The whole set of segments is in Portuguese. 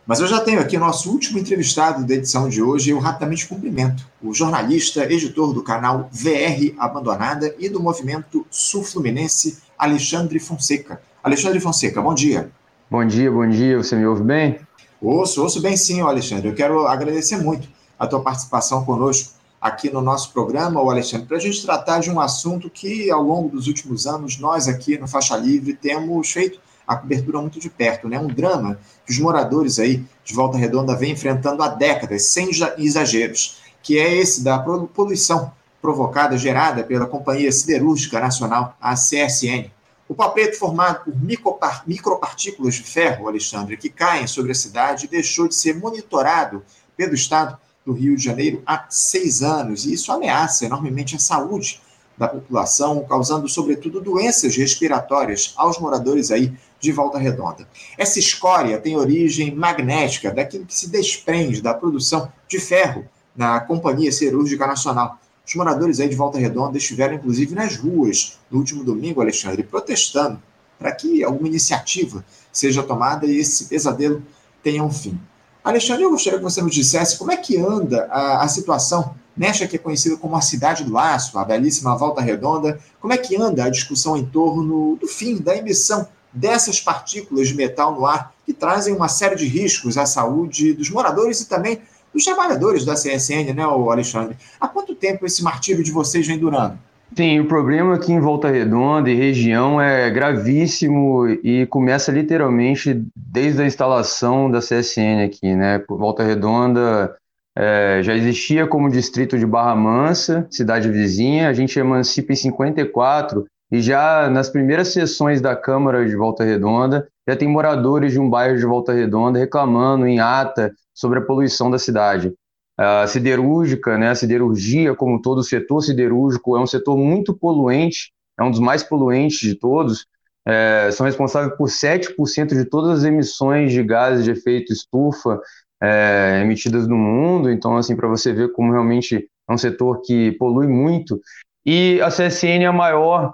Mas eu já tenho aqui o nosso último entrevistado da edição de hoje, eu rapidamente cumprimento, o jornalista, editor do canal VR Abandonada e do movimento Sul-Fluminense, Alexandre Fonseca. Alexandre Fonseca, bom dia. Bom dia, você me ouve bem? Ouço bem sim, Alexandre. Eu quero agradecer muito a tua participação conosco aqui no nosso programa, Alexandre, para a gente tratar de um assunto que, ao longo dos últimos anos, nós aqui no Faixa Livre temos feito a cobertura muito de perto, né? Um drama que os moradores aí de Volta Redonda vêm enfrentando há décadas, sem exageros, que é esse da poluição provocada, gerada pela Companhia Siderúrgica Nacional, a CSN. O pó preto formado por micropartículas de ferro, Alexandre, que caem sobre a cidade, deixou de ser monitorado pelo Estado do Rio de Janeiro há 6 anos, e isso ameaça enormemente a saúde da população, causando, sobretudo, doenças respiratórias aos moradores aí de Volta Redonda. Essa escória tem origem magnética daquilo que se desprende da produção de ferro na Companhia Siderúrgica Nacional. Os moradores aí de Volta Redonda estiveram, inclusive, nas ruas no último domingo, Alexandre, protestando para que alguma iniciativa seja tomada e esse pesadelo tenha um fim. Alexandre, eu gostaria que você nos dissesse como é que anda a situação nesta que é conhecida como a Cidade do Aço, a belíssima Volta Redonda. Como é que anda a discussão em torno do fim da emissão dessas partículas de metal no ar que trazem uma série de riscos à saúde dos moradores e também dos trabalhadores da CSN, né, Alexandre? Há quanto tempo esse martírio de vocês vem durando? Sim, o problema aqui em Volta Redonda e região é gravíssimo e começa literalmente desde a instalação da CSN aqui, né? Volta Redonda já existia como distrito de Barra Mansa, cidade vizinha, a gente emancipa em 54 e já nas primeiras sessões da Câmara de Volta Redonda já tem moradores de um bairro de Volta Redonda reclamando em ata sobre a poluição da cidade. A siderúrgica, né, a siderurgia, como todo o setor siderúrgico, é um setor muito poluente, é um dos mais poluentes de todos, são responsáveis por 7% de todas as emissões de gases de efeito estufa emitidas no mundo. Então, assim, para você ver como realmente é um setor que polui muito. E a CSN é a maior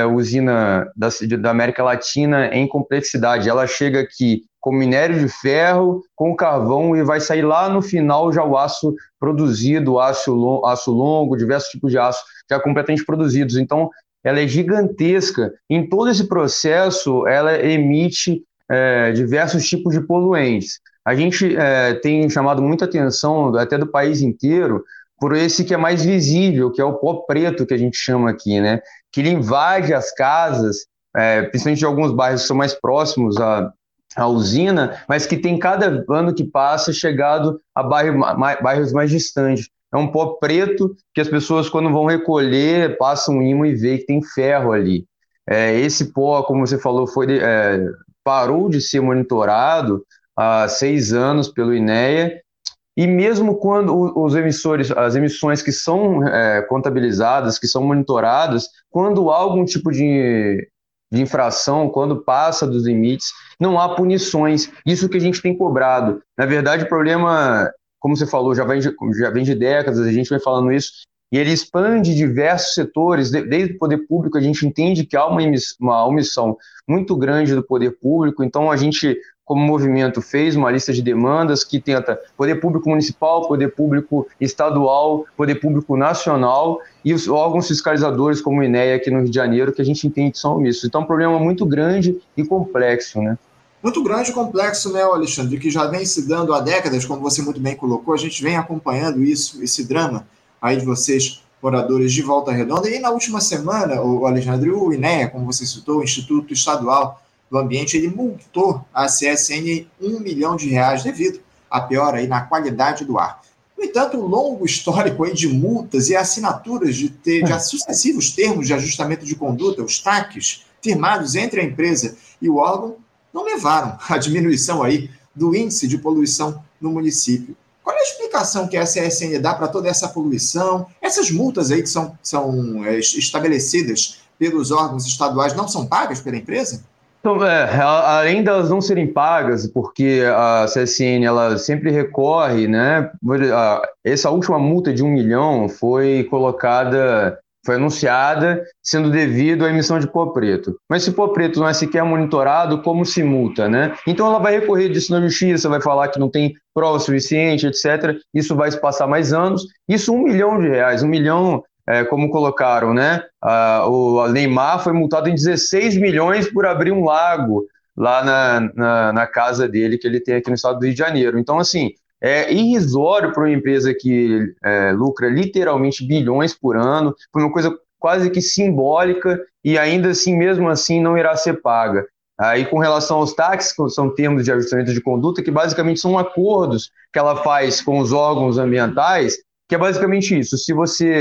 usina da América Latina em complexidade. Ela chega aqui com minério de ferro, com carvão, e vai sair lá no final já o aço produzido, aço longo, diversos tipos de aço já completamente produzidos. Então, ela é gigantesca. Em todo esse processo, ela emite diversos tipos de poluentes. A gente tem chamado muita atenção, até do país inteiro, por esse que é mais visível, que é o pó preto, que a gente chama aqui, né? Que ele invade as casas, principalmente de alguns bairros que são mais próximos a usina, mas que tem cada ano que passa chegado a bairros mais distantes. É um pó preto que as pessoas, quando vão recolher, passam um ímã e vê que tem ferro ali. Esse pó, como você falou, parou de ser monitorado há 6 anos pelo INEA, e mesmo quando as emissões que são contabilizadas, que são monitoradas, quando há algum tipo de infração, quando passa dos limites, não há punições. Isso que a gente tem cobrado. Na verdade, o problema, como você falou, já vem de décadas, a gente vem falando isso, e ele expande diversos setores, desde o poder público. A gente entende que há uma omissão muito grande do poder público. Então a gente, como movimento, fez uma lista de demandas que tenta poder público municipal, poder público estadual, poder público nacional e os órgãos fiscalizadores como o INEA aqui no Rio de Janeiro, que a gente entende que são omissos. Então é um problema muito grande e complexo, né? Muito grande e complexo, né, Alexandre, que já vem se dando há décadas, como você muito bem colocou. A gente vem acompanhando isso, esse drama aí de vocês, moradores de Volta Redonda. E na última semana, o Alexandre, o INEA, como você citou, o Instituto Estadual do Ambiente, ele multou a CSN em R$ 1 milhão devido à piora aí na qualidade do ar. No entanto, o longo histórico aí de multas e assinaturas de sucessivos termos de ajustamento de conduta, os TACs, firmados entre a empresa e o órgão, não levaram à diminuição aí do índice de poluição no município. Qual é a explicação que a CSN dá para toda essa poluição? Essas multas aí que são estabelecidas pelos órgãos estaduais não são pagas pela empresa? Então, além delas não serem pagas, porque a CSN ela sempre recorre, né? Essa última multa de 1 milhão foi colocada foi anunciada sendo devido à emissão de pó preto. Mas se o pó preto não é sequer monitorado, como se multa, né? Então ela vai recorrer disso na justiça, vai falar que não tem prova suficiente, etc. Isso vai se passar mais anos. Isso R$ 1 milhão, R$ 1 milhão, como colocaram, né? O Neymar foi multado em 16 milhões por abrir um lago lá na casa dele, que ele tem aqui no estado do Rio de Janeiro. Então, assim, é irrisório para uma empresa que lucra literalmente bilhões por ano, por uma coisa quase que simbólica, e ainda assim, mesmo assim, não irá ser paga. Aí, com relação aos táxis, que são termos de ajustamento de conduta, que basicamente são acordos que ela faz com os órgãos ambientais, que é basicamente isso. Se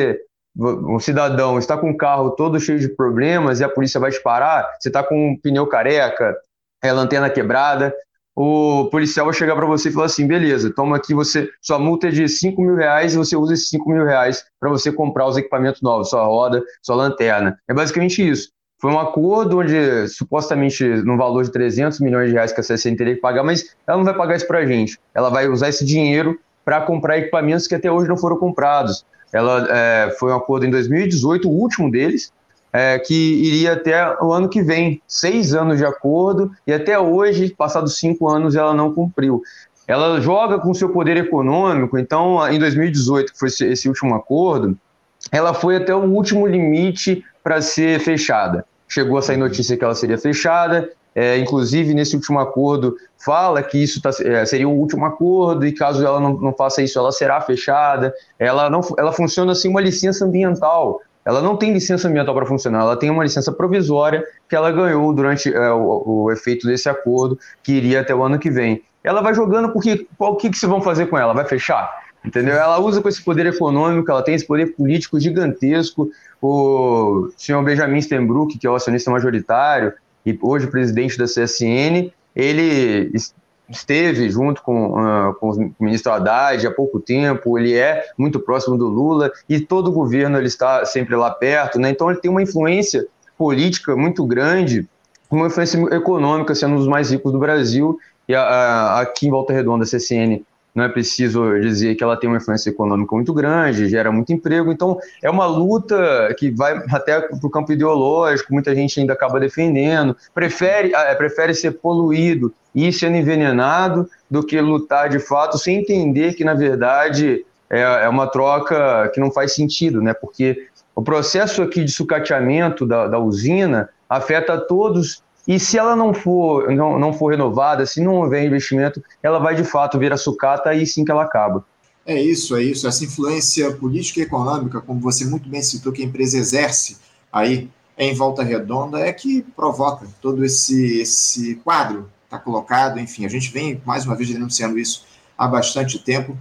um cidadão está com o carro todo cheio de problemas e a polícia vai te parar, você está com um pneu careca, lanterna quebrada, o policial vai chegar para você e falar assim, beleza, toma aqui, sua multa é de R$ 5.000 e você usa esses R$ 5.000 para você comprar os equipamentos novos, sua roda, sua lanterna. É basicamente isso. Foi um acordo onde, supostamente, no valor de R$ 300 milhões que a CSN teria que pagar, mas ela não vai pagar isso para a gente. Ela vai usar esse dinheiro para comprar equipamentos que até hoje não foram comprados. Foi um acordo em 2018, o último deles, que iria até o ano que vem, 6 anos de acordo, e até hoje, passados 5 anos, ela não cumpriu. Ela joga com o seu poder econômico, então, em 2018, que foi esse último acordo, ela foi até o último limite para ser fechada. Chegou a sair notícia que ela seria fechada, inclusive nesse último acordo fala que isso seria o último acordo e caso ela não faça isso, ela será fechada. Ela funciona assim uma licença ambiental. Ela não tem licença ambiental para funcionar, ela tem uma licença provisória que ela ganhou durante o efeito desse acordo, que iria até o ano que vem. Ela vai jogando porque o que vocês vão fazer com ela? Vai fechar? Entendeu? Ela usa com esse poder econômico, ela tem esse poder político gigantesco. O senhor Benjamin Stenbruck, que é o acionista majoritário e hoje presidente da CSN, ele esteve junto com o ministro Haddad há pouco tempo, ele é muito próximo do Lula e todo o governo ele está sempre lá perto, né? Então ele tem uma influência política muito grande, uma influência econômica, sendo um dos mais ricos do Brasil, e aqui em Volta Redonda, a CSN, não é preciso dizer que ela tem uma influência econômica muito grande, gera muito emprego, então é uma luta que vai até para o campo ideológico, muita gente ainda acaba defendendo, prefere ser poluído e sendo envenenado do que lutar de fato sem entender que, na verdade, é uma troca que não faz sentido, né? Porque o processo aqui de sucateamento da usina afeta a todos. E se ela não for renovada, se não houver investimento, ela vai de fato virar sucata e sim que ela acaba. É isso. Essa influência política e econômica, como você muito bem citou, que a empresa exerce aí em Volta Redonda, é que provoca todo esse quadro que está colocado. Enfim, a gente vem, mais uma vez, denunciando isso há bastante tempo.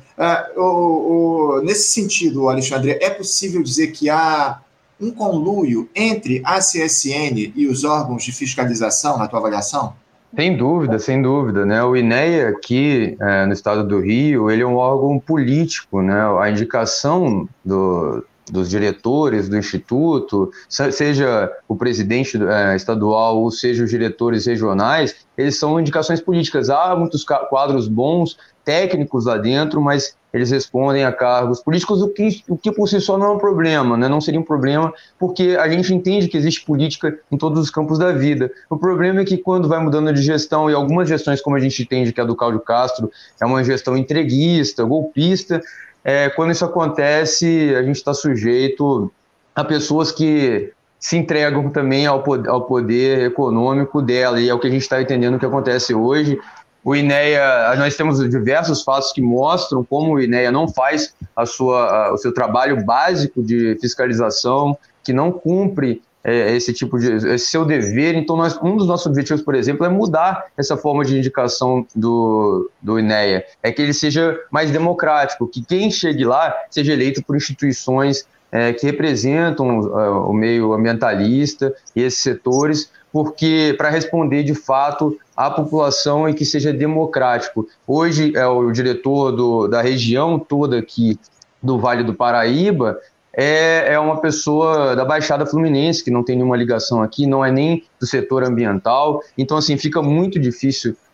Nesse sentido, Alexandre, é possível dizer que há um conluio entre a CSN e os órgãos de fiscalização, na tua avaliação? Sem dúvida, né? O INEA aqui no estado do Rio, ele é um órgão político, né? A indicação dos diretores do Instituto, seja o presidente estadual ou seja os diretores regionais, eles são indicações políticas. Há muitos quadros bons, técnicos lá dentro, mas eles respondem a cargos políticos, o que por si só não é um problema, né? Não seria um problema, porque a gente entende que existe política em todos os campos da vida. O problema é que quando vai mudando de gestão, e algumas gestões, como a gente entende que a do Cláudio Castro é uma gestão entreguista, golpista, quando isso acontece, a gente está sujeito a pessoas que se entregam também ao poder econômico dela, e é o que a gente está entendendo que acontece hoje. O INEA, nós temos diversos fatos que mostram como o INEA não faz o seu trabalho básico de fiscalização, que não cumpre esse seu dever. Então, um dos nossos objetivos, por exemplo, é mudar essa forma de indicação do INEA, é que ele seja mais democrático, que quem chegue lá seja eleito por instituições que representam o meio ambientalista e esses setores, porque para responder de fato à população e que seja democrático. Hoje, o diretor da região toda aqui do Vale do Paraíba é uma pessoa da Baixada Fluminense, que não tem nenhuma ligação aqui, não é nem do setor ambiental. Então, assim, fica muito difícil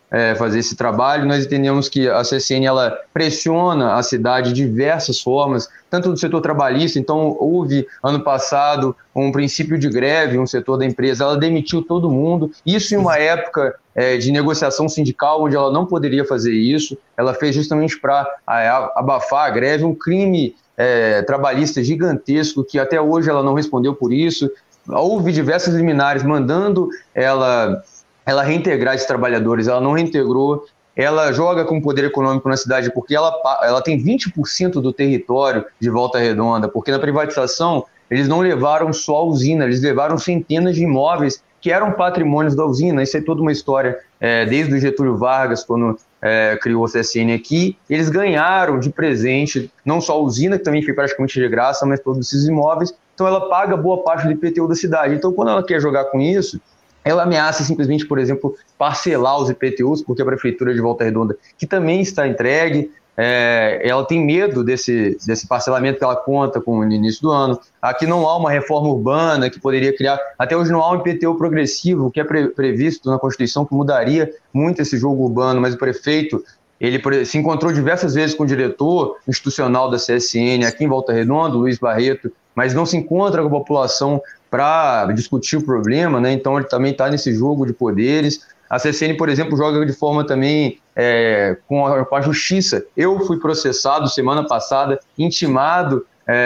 fazer esse trabalho. Nós entendemos que a CSN ela pressiona a cidade de diversas formas, tanto no setor trabalhista. Então, houve, ano passado, um princípio de greve, um setor da empresa, ela demitiu todo mundo, isso em uma época de negociação sindical, onde ela não poderia fazer isso. Ela fez justamente para abafar a greve, um crime trabalhista gigantesco, que até hoje ela não respondeu por isso. Houve diversas liminares mandando ela reintegrar esses trabalhadores, ela não reintegrou. Ela joga com poder econômico na cidade porque ela tem 20% do território de Volta Redonda, porque na privatização eles não levaram só a usina, eles levaram centenas de imóveis que eram patrimônios da usina. Isso é toda uma história, desde o Getúlio Vargas, quando criou a CSN aqui. Eles ganharam de presente não só a usina, que também foi praticamente de graça, mas todos esses imóveis. Então ela paga boa parte do IPTU da cidade. Então, quando ela quer jogar com isso, ela ameaça simplesmente, por exemplo, parcelar os IPTUs, porque a Prefeitura de Volta Redonda, que também está entregue, ela tem medo desse parcelamento que ela conta com no início do ano. Aqui não há uma reforma urbana que poderia criar, até hoje não há um IPTU progressivo, que é previsto na Constituição, que mudaria muito esse jogo urbano, mas o prefeito ele se encontrou diversas vezes com o diretor institucional da CSN aqui em Volta Redonda, Luiz Barreto, mas não se encontra com a população para discutir o problema, né? Então ele também está nesse jogo de poderes. A CSN, por exemplo, joga de forma também com a justiça. Eu fui processado semana passada, intimado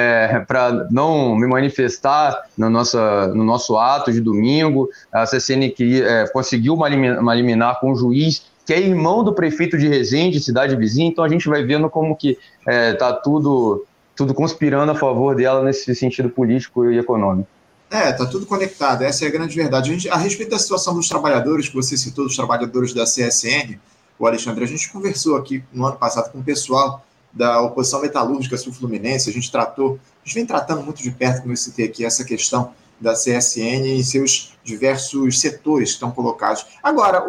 para não me manifestar no nosso ato de domingo. A CSN conseguiu uma liminar com o juiz, que é irmão do prefeito de Resende, cidade vizinha. Então a gente vai vendo como que está tudo conspirando a favor dela nesse sentido político e econômico. Está tudo conectado, essa é a grande verdade. A respeito da situação dos trabalhadores, que você citou, dos trabalhadores da CSN, o Alexandre, a gente conversou aqui no ano passado com o pessoal da oposição metalúrgica sul-fluminense, a gente vem tratando muito de perto, como eu citei aqui, essa questão da CSN e seus diversos setores que estão colocados. Agora,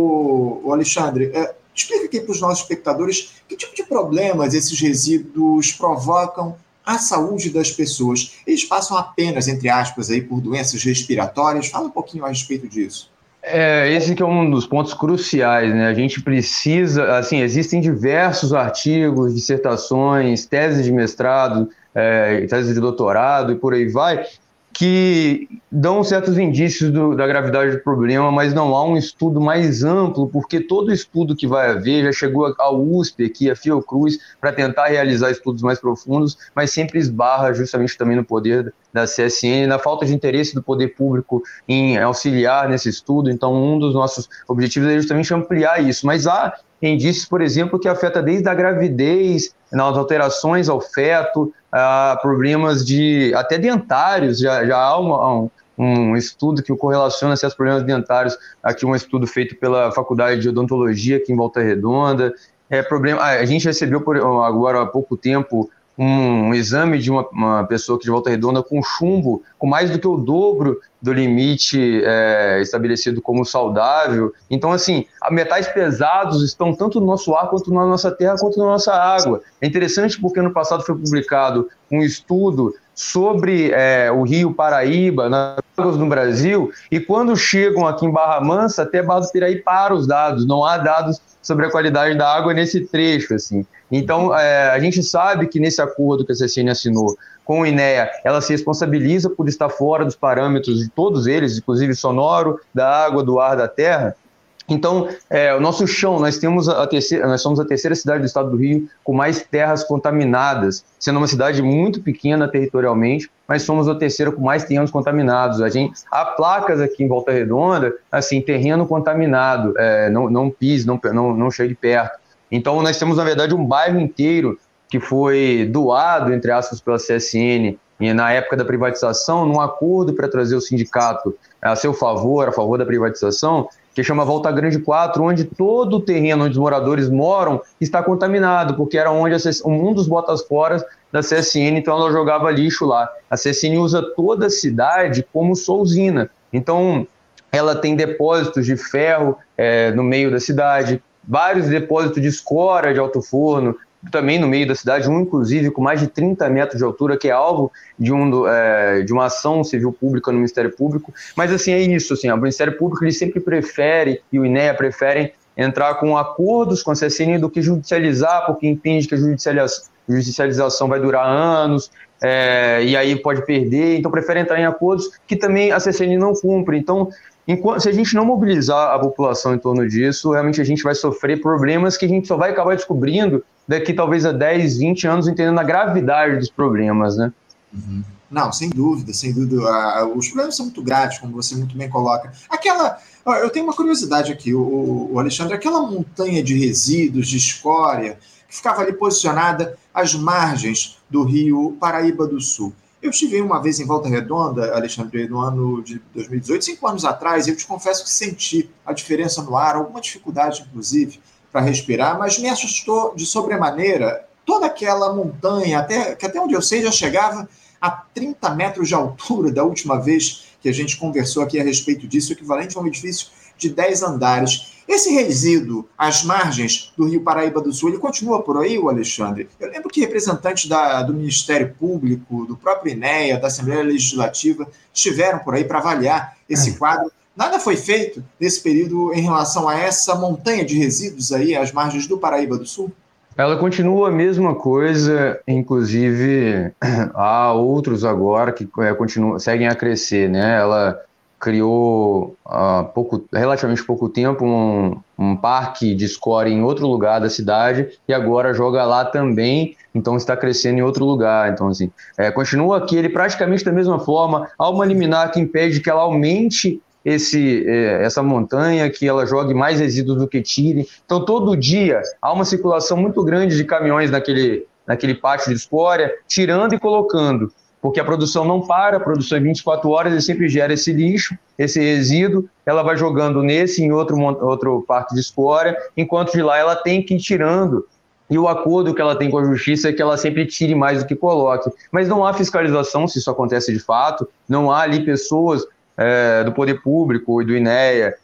o Alexandre, explica aqui para os nossos espectadores que tipo de problemas esses resíduos provocam à saúde das pessoas. Eles passam apenas, entre aspas, aí, por doenças respiratórias? Fala um pouquinho a respeito disso. Esse que é um dos pontos cruciais, né? A gente precisa, assim, existem diversos artigos, dissertações, teses de mestrado, teses de doutorado e por aí vai, que dão certos indícios da gravidade do problema, mas não há um estudo mais amplo, porque todo estudo que vai haver, já chegou à USP aqui, a Fiocruz, para tentar realizar estudos mais profundos, mas sempre esbarra justamente também no poder da CSN, na falta de interesse do poder público em auxiliar nesse estudo. Então, um dos nossos objetivos é justamente ampliar isso, mas há indícios, por exemplo, que afeta desde a gravidez, nas alterações ao feto, problemas até dentários. Já há um estudo que correlaciona certos problemas dentários, aqui um estudo feito pela Faculdade de Odontologia aqui em Volta Redonda. A gente recebeu agora há pouco tempo um exame de uma pessoa aqui de Volta Redonda com chumbo, com mais do que o dobro do limite estabelecido como saudável. Então, assim, metais pesados estão tanto no nosso ar, quanto na nossa terra, quanto na nossa água. É interessante porque ano passado foi publicado um estudo sobre o Rio Paraíba, nas águas no Brasil, e quando chegam aqui em Barra Mansa, até Barra do Piraí para os dados, não há dados sobre a qualidade da água nesse trecho, assim. Então, a gente sabe que nesse acordo que a CSN assinou com o INEA, ela se responsabiliza por estar fora dos parâmetros de todos eles, inclusive sonoro, da água, do ar, da terra. Então, o nosso chão, nós somos a terceira cidade do estado do Rio com mais terras contaminadas, sendo uma cidade muito pequena territorialmente, mas somos a terceira com mais terrenos contaminados. Há placas aqui em Volta Redonda, assim, terreno contaminado, não pise, não chegue perto. Então, nós temos, na verdade, um bairro inteiro que foi doado, entre aspas, pela CSN, e na época da privatização, num acordo para trazer o sindicato a seu favor, a favor da privatização, que chama Volta Grande 4, onde todo o terreno onde os moradores moram está contaminado, porque era onde um dos botas-fora da CSN, então ela jogava lixo lá. A CSN usa toda a cidade como sua usina. Então, ela tem depósitos de ferro no meio da cidade, vários depósitos de escória de alto forno, também no meio da cidade, um inclusive com mais de 30 metros de altura, que é alvo de uma ação civil pública no Ministério Público. Mas assim, é isso, assim, o Ministério Público ele sempre prefere, e o INEA preferem entrar com acordos com a CSN do que judicializar, porque entende que a judicialização vai durar anos, e aí pode perder, então prefere entrar em acordos que também a CSN não cumpre. Então, se a gente não mobilizar a população em torno disso, realmente a gente vai sofrer problemas que a gente só vai acabar descobrindo daqui talvez a 10, 20 anos, entendendo a gravidade dos problemas, né? Uhum. Não, sem dúvida, sem dúvida. Os problemas são muito graves, como você muito bem coloca. Eu tenho uma curiosidade aqui, o Alexandre, aquela montanha de resíduos, de escória, que ficava ali posicionada às margens do rio Paraíba do Sul. Eu estive uma vez em Volta Redonda, Alexandre, no ano de 2018, 5 anos atrás, e eu te confesso que senti a diferença no ar, alguma dificuldade, inclusive, para respirar, mas me assustou de sobremaneira toda aquela montanha, que até onde eu sei já chegava a 30 metros de altura da última vez que a gente conversou aqui a respeito disso, equivalente a um edifício de 10 andares. Esse resíduo às margens do rio Paraíba do Sul, ele continua por aí, o Alexandre? Eu lembro que representantes do Ministério Público, do próprio INEA, da Assembleia Legislativa, estiveram por aí para avaliar esse quadro. Nada foi feito nesse período em relação a essa montanha de resíduos aí às margens do Paraíba do Sul? Ela continua a mesma coisa, inclusive há outros agora que seguem a crescer, né? Ela criou há relativamente pouco tempo um parque de escória em outro lugar da cidade e agora joga lá também, então está crescendo em outro lugar. Então, assim, continua aquele praticamente da mesma forma. Há uma liminar que impede que ela aumente essa montanha, que ela jogue mais resíduos do que tire. Então, todo dia há uma circulação muito grande de caminhões naquele pátio de escória, tirando e colocando, porque a produção não para, a produção é 24 horas e sempre gera esse lixo, esse resíduo, ela vai jogando nesse e em outro parque de escória, enquanto de lá ela tem que ir tirando. E o acordo que ela tem com a justiça é que ela sempre tire mais do que coloque. Mas não há fiscalização se isso acontece de fato, não há ali pessoas do poder público e do INEA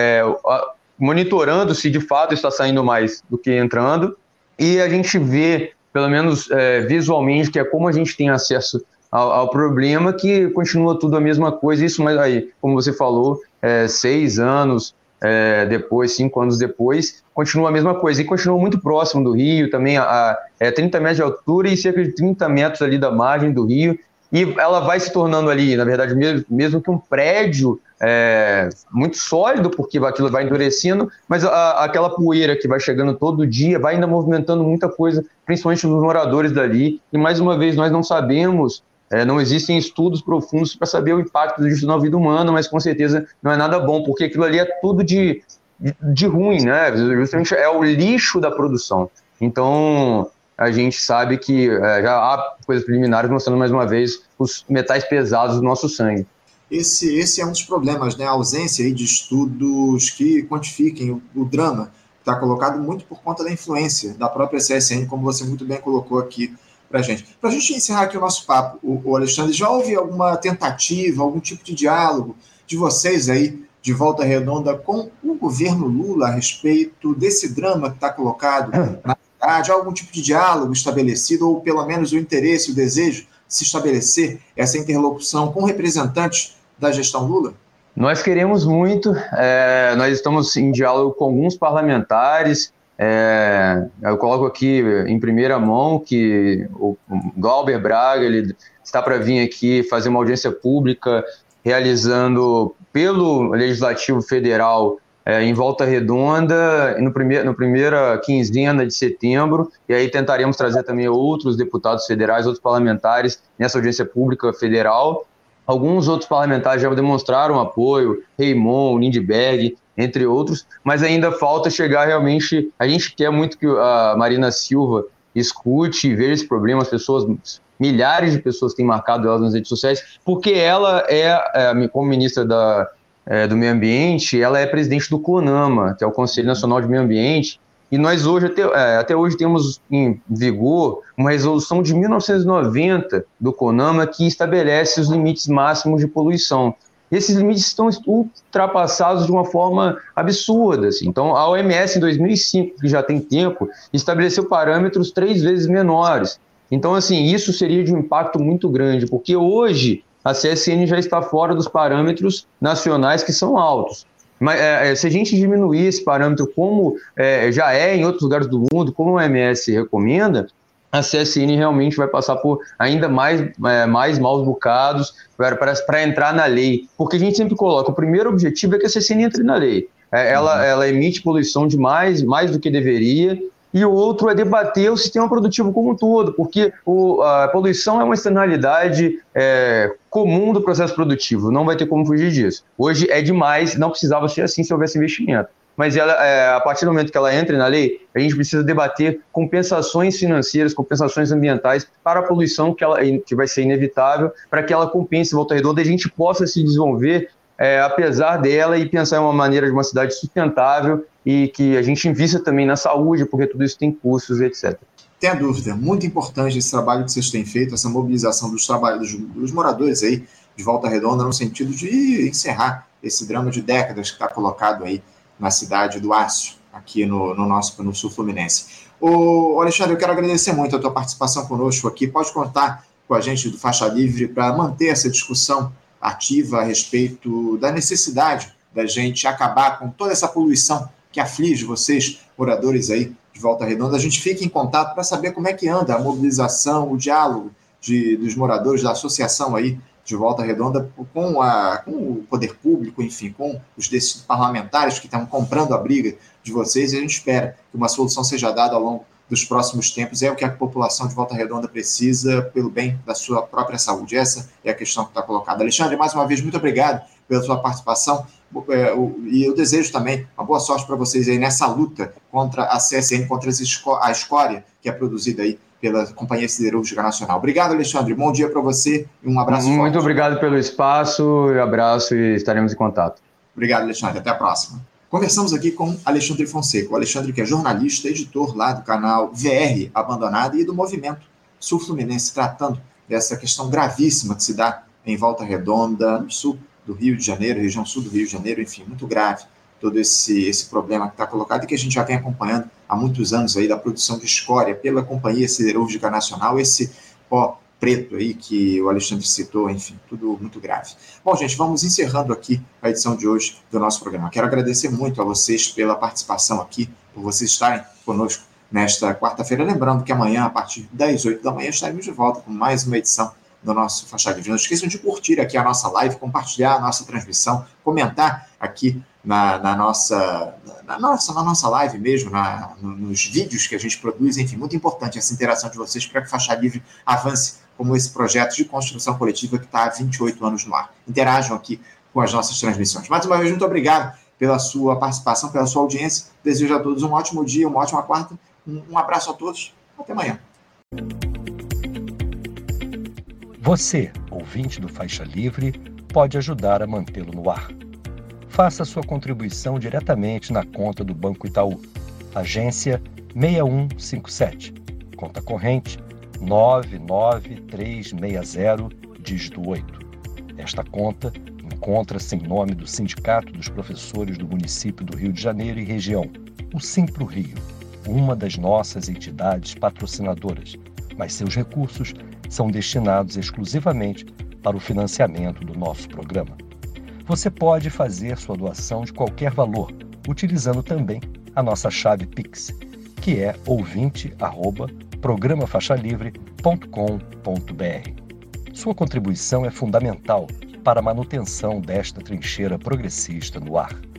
monitorando se de fato está saindo mais do que entrando. E a gente vê, pelo menos visualmente, que é como a gente tem acesso ao problema, que continua tudo a mesma coisa. Isso, mas aí, como você falou, 6 anos depois, 5 anos depois, continua a mesma coisa. E continua muito próximo do rio, também 30 metros de altura e cerca de 30 metros ali da margem do rio. E ela vai se tornando ali, na verdade, mesmo que um prédio muito sólido, porque aquilo vai endurecendo, mas aquela poeira que vai chegando todo dia vai ainda movimentando muita coisa, principalmente os moradores dali. E, mais uma vez, nós não sabemos, não existem estudos profundos para saber o impacto disso na vida humana, mas com certeza não é nada bom, porque aquilo ali é tudo de ruim, né? Justamente é o lixo da produção. Então, a gente sabe que já há coisas preliminares mostrando mais uma vez os metais pesados do nosso sangue. Esse é um dos problemas, né? A ausência aí de estudos que quantifiquem o drama está colocado muito por conta da influência da própria CSN, como você muito bem colocou aqui para a gente. Para a gente encerrar aqui o nosso papo, o Alexandre, já houve alguma tentativa, algum tipo de diálogo de vocês aí de Volta Redonda com o governo Lula a respeito desse drama que está colocado na cidade? Há algum tipo de diálogo estabelecido, ou pelo menos o interesse, o desejo de se estabelecer essa interlocução com representantes da gestão Lula? Nós queremos muito, nós estamos em diálogo com alguns parlamentares. Eu coloco aqui em primeira mão que o Glauber Braga ele está para vir aqui fazer uma audiência pública realizando pelo Legislativo Federal em Volta Redonda, no primeira quinzena de setembro, e aí tentaremos trazer também outros deputados federais, outros parlamentares nessa audiência pública federal. Alguns outros parlamentares já demonstraram apoio, Raymond, Lindbergh, entre outros, mas ainda falta chegar realmente. A gente quer muito que a Marina Silva escute e veja esse problema. As pessoas, milhares de pessoas têm marcado ela nas redes sociais, porque ela como ministra do Meio Ambiente, ela é presidente do CONAMA, que é o Conselho Nacional de Meio Ambiente, e nós hoje, até hoje temos em vigor uma resolução de 1990 do CONAMA que estabelece os limites máximos de poluição. E esses limites estão ultrapassados de uma forma absurda. Assim. Então, a OMS, em 2005, que já tem tempo, estabeleceu parâmetros 3 vezes menores. Então, assim, isso seria de um impacto muito grande, porque hoje a CSN já está fora dos parâmetros nacionais que são altos. Mas se a gente diminuir esse parâmetro, como já é em outros lugares do mundo, como o OMS recomenda, a CSN realmente vai passar por ainda mais maus bocados para entrar na lei. Porque a gente sempre coloca, o primeiro objetivo é que a CSN entre na lei. Ela emite poluição demais, mais do que deveria, e o outro é debater o sistema produtivo como um todo, porque a poluição é uma externalidade comum do processo produtivo, não vai ter como fugir disso. Hoje é demais, não precisava ser assim se houvesse investimento. Mas a partir do momento que ela entra na lei, a gente precisa debater compensações financeiras, compensações ambientais para a poluição que vai ser inevitável, para que ela compense Volta Redonda e a gente possa se desenvolver apesar dela e pensar em uma maneira de uma cidade sustentável e que a gente invista também na saúde, porque tudo isso tem custos, etc. Tem dúvida, muito importante esse trabalho que vocês têm feito, essa mobilização dos moradores aí de Volta Redonda, no sentido de encerrar esse drama de décadas que está colocado aí na cidade do Aço, aqui no sul fluminense. Alexandre, eu quero agradecer muito a tua participação conosco aqui. Pode contar com a gente do Faixa Livre para manter essa discussão ativa a respeito da necessidade da gente acabar com toda essa poluição que aflige vocês, moradores aí de Volta Redonda. A gente fica em contato para saber como é que anda a mobilização, o diálogo dos moradores da associação aí de Volta Redonda com o poder público, enfim, com os parlamentares que estão comprando a briga de vocês, e a gente espera que uma solução seja dada ao longo dos próximos tempos. É o que a população de Volta Redonda precisa pelo bem da sua própria saúde. Essa é a questão que está colocada. Alexandre, mais uma vez, muito obrigado pela sua participação, e eu desejo também uma boa sorte para vocês aí nessa luta contra a CSN, contra a escória que é produzida aí pela Companhia Siderúrgica Nacional. Obrigado, Alexandre. Bom dia para você e um abraço forte. Muito obrigado pelo espaço, abraço e estaremos em contato. Obrigado, Alexandre. Até a próxima. Conversamos aqui com Alexandre Fonseca. O Alexandre, que é jornalista, editor lá do canal VR Abandonada e do Movimento Sul Fluminense, tratando dessa questão gravíssima que se dá em Volta Redonda, no sul do Rio de Janeiro, região sul do Rio de Janeiro, enfim, muito grave todo esse problema que está colocado e que a gente já vem acompanhando há muitos anos aí da produção de escória pela Companhia Siderúrgica Nacional, esse pó preto aí que o Alexandre citou, enfim, tudo muito grave. Bom, gente, vamos encerrando aqui a edição de hoje do nosso programa. Quero agradecer muito a vocês pela participação aqui, por vocês estarem conosco nesta quarta-feira. Lembrando que amanhã, a partir das 8 da manhã, estaremos de volta com mais uma edição do nosso Faixa Livre. Não esqueçam de curtir aqui a nossa live, compartilhar a nossa transmissão, comentar aqui na nossa live mesmo, nos vídeos que a gente produz. Enfim, muito importante essa interação de vocês para que o Faixa Livre avance como esse projeto de construção coletiva que está há 28 anos no ar. Interajam aqui com as nossas transmissões. Mais uma vez, muito obrigado pela sua participação, pela sua audiência. Desejo a todos um ótimo dia, uma ótima quarta. Um abraço a todos. Até amanhã. Você, ouvinte do Faixa Livre, pode ajudar a mantê-lo no ar. Faça sua contribuição diretamente na conta do Banco Itaú, agência 6157, conta corrente 99360, dígito 8. Esta conta encontra-se em nome do Sindicato dos Professores do Município do Rio de Janeiro e região, o Simpro Rio, uma das nossas entidades patrocinadoras, mas seus recursos são destinados exclusivamente para o financiamento do nosso programa. Você pode fazer sua doação de qualquer valor, utilizando também a nossa chave Pix, que é ouvinte@programafaixalivre.com.br. Sua contribuição é fundamental para a manutenção desta trincheira progressista no ar.